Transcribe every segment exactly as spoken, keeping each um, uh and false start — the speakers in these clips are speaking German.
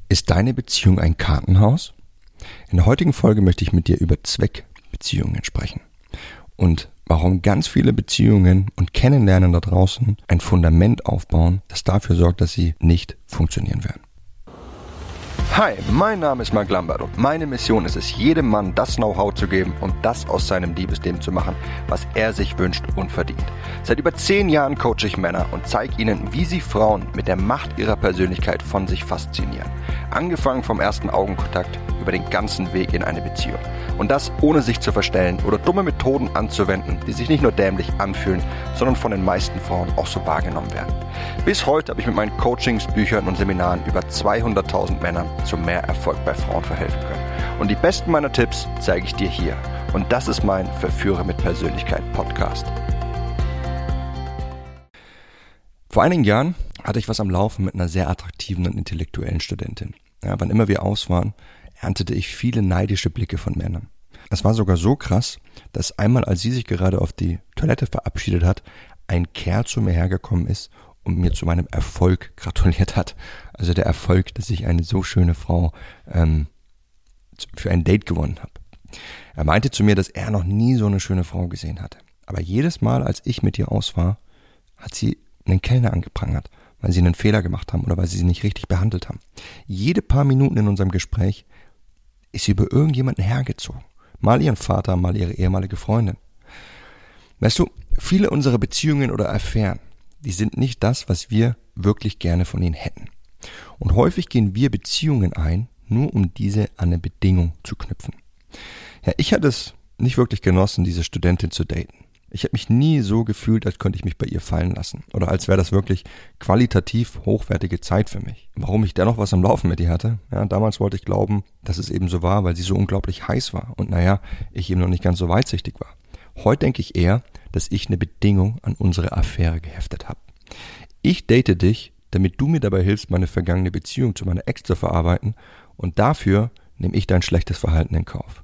Ist deine Beziehung ein Kartenhaus? In der heutigen Folge möchte ich mit dir über Zweckbeziehungen sprechen und warum ganz viele Beziehungen und Kennenlernen da draußen ein Fundament aufbauen, das dafür sorgt, dass sie nicht funktionieren werden. Hi, mein Name ist Marc Lambert und meine Mission ist es, jedem Mann das Know-how zu geben und das aus seinem Liebesleben zu machen, was er sich wünscht und verdient. Seit über zehn Jahren coache ich Männer und zeige ihnen, wie sie Frauen mit der Macht ihrer Persönlichkeit von sich faszinieren. Angefangen vom ersten Augenkontakt über den ganzen Weg in eine Beziehung. Und das ohne sich zu verstellen oder dumme Methoden anzuwenden, die sich nicht nur dämlich anfühlen, sondern von den meisten Frauen auch so wahrgenommen werden. Bis heute habe ich mit meinen Coachings, Büchern und Seminaren über zweihunderttausend Männern zu mehr Erfolg bei Frauen verhelfen können. Und die besten meiner Tipps zeige ich dir hier. Und das ist mein Verführer mit Persönlichkeit Podcast. Vor einigen Jahren hatte ich was am Laufen mit einer sehr attraktiven und intellektuellen Studentin. Ja, wann immer wir aus waren, erntete ich viele neidische Blicke von Männern. Es war sogar so krass, dass einmal, als sie sich gerade auf die Toilette verabschiedet hat, ein Kerl zu mir hergekommen ist und mir zu meinem Erfolg gratuliert hat. Also der Erfolg, dass ich eine so schöne Frau ähm, für ein Date gewonnen habe. Er meinte zu mir, dass er noch nie so eine schöne Frau gesehen hatte. Aber jedes Mal, als ich mit ihr aus war, hat sie einen Kellner angeprangert, weil sie einen Fehler gemacht haben oder weil sie sie nicht richtig behandelt haben. Jede paar Minuten in unserem Gespräch ist sie über irgendjemanden hergezogen. Mal ihren Vater, mal ihre ehemalige Freundin. Weißt du, viele unserer Beziehungen oder Affären, die sind nicht das, was wir wirklich gerne von ihnen hätten. Und häufig gehen wir Beziehungen ein, nur um diese an eine Bedingung zu knüpfen. Ja, ich hatte es nicht wirklich genossen, diese Studentin zu daten. Ich habe mich nie so gefühlt, als könnte ich mich bei ihr fallen lassen. Oder als wäre das wirklich qualitativ hochwertige Zeit für mich. Warum ich dennoch was am Laufen mit ihr hatte? Ja, damals wollte ich glauben, dass es eben so war, weil sie so unglaublich heiß war. Und naja, ich eben noch nicht ganz so weitsichtig war. Heute denke ich eher, dass ich eine Bedingung an unsere Affäre geheftet habe. Ich date dich, damit du mir dabei hilfst, meine vergangene Beziehung zu meiner Ex zu verarbeiten. Und dafür nehme ich dein schlechtes Verhalten in Kauf.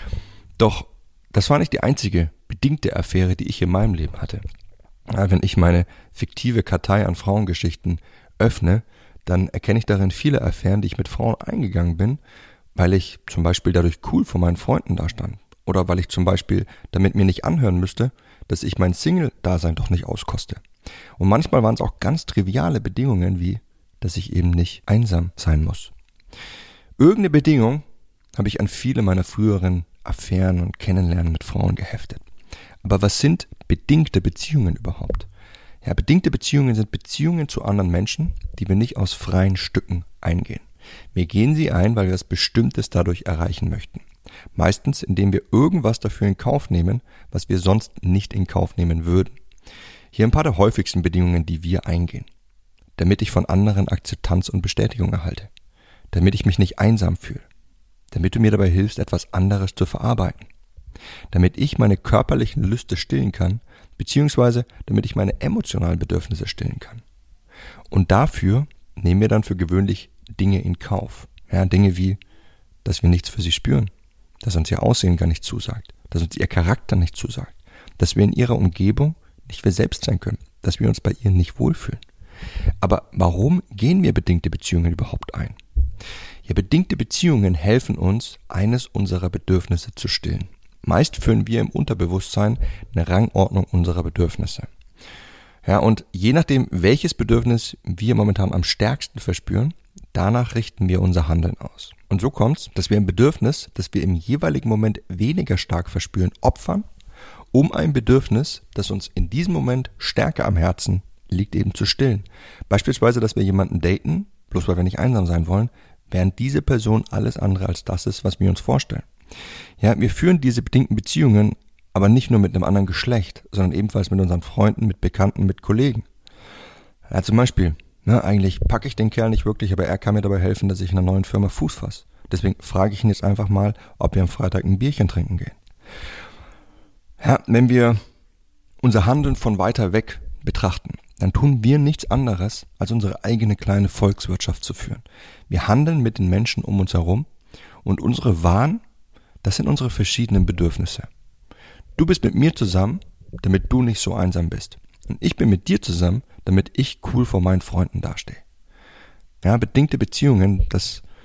Doch das war nicht die einzige bedingte Affäre, die ich in meinem Leben hatte. Ja, wenn ich meine fiktive Kartei an Frauengeschichten öffne, dann erkenne ich darin viele Affären, die ich mit Frauen eingegangen bin, weil ich zum Beispiel dadurch cool vor meinen Freunden dastand. Oder weil ich zum Beispiel damit mir nicht anhören müsste, dass ich mein Single-Dasein doch nicht auskoste. Und manchmal waren es auch ganz triviale Bedingungen, wie, dass ich eben nicht einsam sein muss. Irgendeine Bedingung habe ich an viele meiner früheren Affären und Kennenlernen mit Frauen geheftet. Aber was sind bedingte Beziehungen überhaupt? Ja, bedingte Beziehungen sind Beziehungen zu anderen Menschen, die wir nicht aus freien Stücken eingehen. Wir gehen sie ein, weil wir etwas Bestimmtes dadurch erreichen möchten. Meistens, indem wir irgendwas dafür in Kauf nehmen, was wir sonst nicht in Kauf nehmen würden. Hier ein paar der häufigsten Bedingungen, die wir eingehen. Damit ich von anderen Akzeptanz und Bestätigung erhalte. Damit ich mich nicht einsam fühle. Damit du mir dabei hilfst, etwas anderes zu verarbeiten. Damit ich meine körperlichen Lüste stillen kann, beziehungsweise damit ich meine emotionalen Bedürfnisse stillen kann. Und dafür nehmen wir dann für gewöhnlich Dinge in Kauf. Ja, Dinge wie, dass wir nichts für sie spüren, dass uns ihr Aussehen gar nicht zusagt, dass uns ihr Charakter nicht zusagt, dass wir in ihrer Umgebung nicht wir selbst sein können, dass wir uns bei ihr nicht wohlfühlen. Aber warum gehen wir bedingte Beziehungen überhaupt ein? Ja, bedingte Beziehungen helfen uns, eines unserer Bedürfnisse zu stillen. Meist führen wir im Unterbewusstsein eine Rangordnung unserer Bedürfnisse. Ja, und je nachdem, welches Bedürfnis wir momentan am stärksten verspüren, danach richten wir unser Handeln aus. Und so kommt es, dass wir ein Bedürfnis, das wir im jeweiligen Moment weniger stark verspüren, opfern, um ein Bedürfnis, das uns in diesem Moment stärker am Herzen liegt, eben zu stillen. Beispielsweise, dass wir jemanden daten, bloß weil wir nicht einsam sein wollen, während diese Person alles andere als das ist, was wir uns vorstellen. Ja, wir führen diese bedingten Beziehungen aber nicht nur mit einem anderen Geschlecht, sondern ebenfalls mit unseren Freunden, mit Bekannten, mit Kollegen. Ja, zum Beispiel, ne, eigentlich packe ich den Kerl nicht wirklich, aber er kann mir dabei helfen, dass ich in einer neuen Firma Fuß fasse. Deswegen frage ich ihn jetzt einfach mal, ob wir am Freitag ein Bierchen trinken gehen. Ja, wenn wir unser Handeln von weiter weg betrachten, dann tun wir nichts anderes, als unsere eigene kleine Volkswirtschaft zu führen. Wir handeln mit den Menschen um uns herum und unsere Waren, das sind unsere verschiedenen Bedürfnisse. Du bist mit mir zusammen, damit du nicht so einsam bist. Und ich bin mit dir zusammen, damit ich cool vor meinen Freunden dastehe. Ja, bedingte Beziehungen, das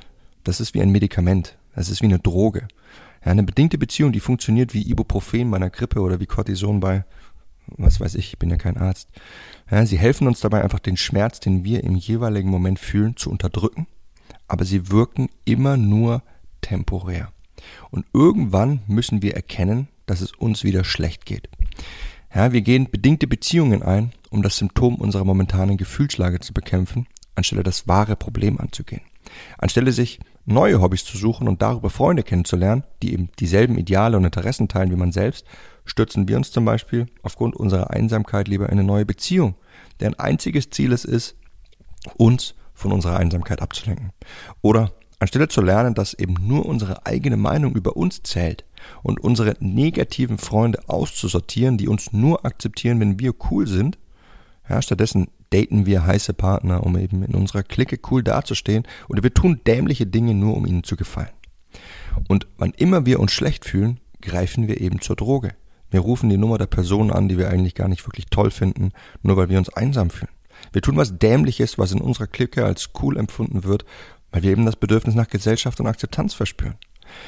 Das ist wie ein Medikament. Das ist wie eine Droge. Ja, eine bedingte Beziehung, die funktioniert wie Ibuprofen bei einer Grippe oder wie Cortison bei, was weiß ich, ich bin ja kein Arzt. Ja, sie helfen uns dabei einfach den Schmerz, den wir im jeweiligen Moment fühlen, zu unterdrücken. Aber sie wirken immer nur temporär. Und irgendwann müssen wir erkennen, dass es uns wieder schlecht geht. Ja, wir gehen bedingte Beziehungen ein, um das Symptom unserer momentanen Gefühlslage zu bekämpfen, anstelle das wahre Problem anzugehen. Anstelle sich neue Hobbys zu suchen und darüber Freunde kennenzulernen, die eben dieselben Ideale und Interessen teilen wie man selbst, stürzen wir uns zum Beispiel aufgrund unserer Einsamkeit lieber in eine neue Beziehung, deren einziges Ziel es ist, uns von unserer Einsamkeit abzulenken. Oder anstelle zu lernen, dass eben nur unsere eigene Meinung über uns zählt und unsere negativen Freunde auszusortieren, die uns nur akzeptieren, wenn wir cool sind, ja, stattdessen daten wir heiße Partner, um eben in unserer Clique cool dazustehen, oder wir tun dämliche Dinge nur, um ihnen zu gefallen. Und wann immer wir uns schlecht fühlen, greifen wir eben zur Droge. Wir rufen die Nummer der Person an, die wir eigentlich gar nicht wirklich toll finden, nur weil wir uns einsam fühlen. Wir tun was Dämliches, was in unserer Clique als cool empfunden wird, weil wir eben das Bedürfnis nach Gesellschaft und Akzeptanz verspüren.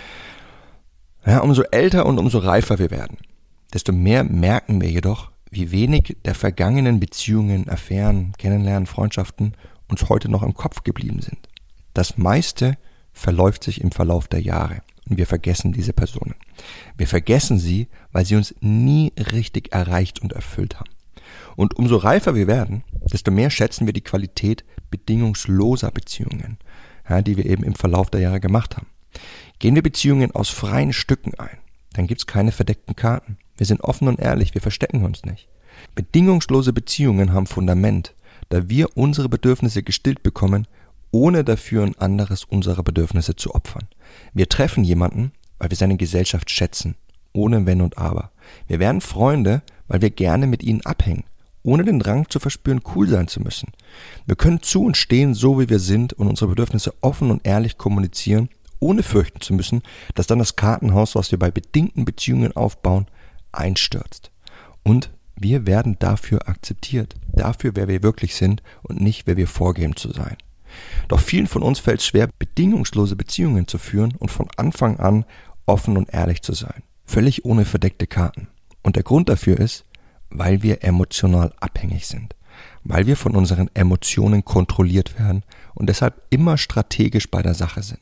Ja, umso älter und umso reifer wir werden, desto mehr merken wir jedoch, wie wenig der vergangenen Beziehungen, Affären, Kennenlernen, Freundschaften uns heute noch im Kopf geblieben sind. Das meiste verläuft sich im Verlauf der Jahre und wir vergessen diese Personen. Wir vergessen sie, weil sie uns nie richtig erreicht und erfüllt haben. Und umso reifer wir werden, desto mehr schätzen wir die Qualität bedingungsloser Beziehungen, ja, die wir eben im Verlauf der Jahre gemacht haben. Gehen wir Beziehungen aus freien Stücken ein, dann gibt's keine verdeckten Karten. Wir sind offen und ehrlich, wir verstecken uns nicht. Bedingungslose Beziehungen haben Fundament, da wir unsere Bedürfnisse gestillt bekommen, ohne dafür ein anderes unserer Bedürfnisse zu opfern. Wir treffen jemanden, weil wir seine Gesellschaft schätzen, ohne Wenn und Aber. Wir werden Freunde, weil wir gerne mit ihnen abhängen, ohne den Drang zu verspüren, cool sein zu müssen. Wir können zu uns stehen, so wie wir sind, und unsere Bedürfnisse offen und ehrlich kommunizieren, ohne fürchten zu müssen, dass dann das Kartenhaus, was wir bei bedingten Beziehungen aufbauen, einstürzt. Und wir werden dafür akzeptiert, dafür, wer wir wirklich sind und nicht, wer wir vorgeben zu sein. Doch vielen von uns fällt es schwer, bedingungslose Beziehungen zu führen und von Anfang an offen und ehrlich zu sein, völlig ohne verdeckte Karten. Und der Grund dafür ist, weil wir emotional abhängig sind, weil wir von unseren Emotionen kontrolliert werden und deshalb immer strategisch bei der Sache sind.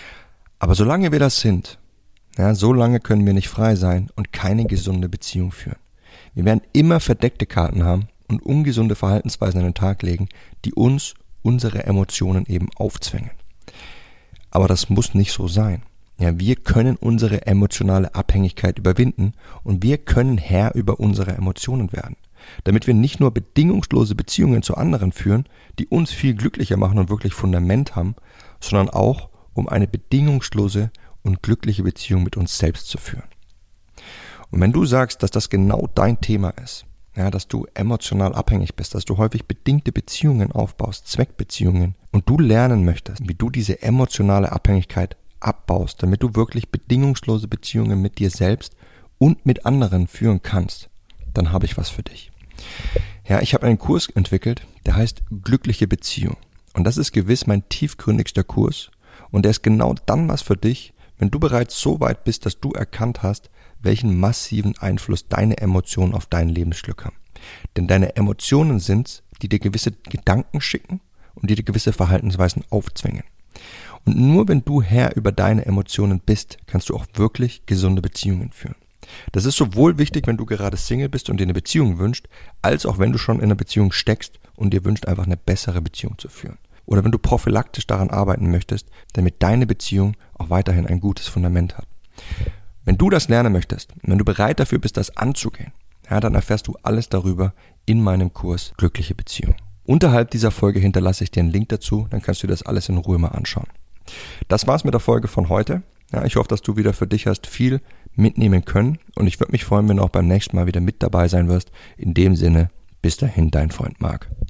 Aber solange wir das sind, ja, so lange können wir nicht frei sein und keine gesunde Beziehung führen. Wir werden immer verdeckte Karten haben und ungesunde Verhaltensweisen an den Tag legen, die uns unsere Emotionen eben aufzwängen. Aber das muss nicht so sein. Ja, wir können unsere emotionale Abhängigkeit überwinden und wir können Herr über unsere Emotionen werden, damit wir nicht nur bedingungslose Beziehungen zu anderen führen, die uns viel glücklicher machen und wirklich Fundament haben, sondern auch, um eine bedingungslose und glückliche Beziehung mit uns selbst zu führen. Und wenn du sagst, dass das genau dein Thema ist, ja, dass du emotional abhängig bist, dass du häufig bedingte Beziehungen aufbaust, Zweckbeziehungen, und du lernen möchtest, wie du diese emotionale Abhängigkeit abbaust, damit du wirklich bedingungslose Beziehungen mit dir selbst und mit anderen führen kannst, dann habe ich was für dich. Ja, ich habe einen Kurs entwickelt, der heißt Glückliche Beziehung. Und das ist gewiss mein tiefgründigster Kurs. Und der ist genau dann was für dich, wenn du bereits so weit bist, dass du erkannt hast, welchen massiven Einfluss deine Emotionen auf dein Lebensglück haben. Denn deine Emotionen sind's, die dir gewisse Gedanken schicken und die dir gewisse Verhaltensweisen aufzwingen. Und nur wenn du Herr über deine Emotionen bist, kannst du auch wirklich gesunde Beziehungen führen. Das ist sowohl wichtig, wenn du gerade Single bist und dir eine Beziehung wünschst, als auch wenn du schon in einer Beziehung steckst und dir wünschst, einfach eine bessere Beziehung zu führen. Oder wenn du prophylaktisch daran arbeiten möchtest, damit deine Beziehung auch weiterhin ein gutes Fundament hat. Wenn du das lernen möchtest, wenn du bereit dafür bist, das anzugehen, ja, dann erfährst du alles darüber in meinem Kurs Glückliche Beziehung. Unterhalb dieser Folge hinterlasse ich dir einen Link dazu, dann kannst du dir das alles in Ruhe mal anschauen. Das war's mit der Folge von heute. Ja, ich hoffe, dass du wieder für dich hast viel mitnehmen können und ich würde mich freuen, wenn du auch beim nächsten Mal wieder mit dabei sein wirst. In dem Sinne, bis dahin, dein Freund Marc.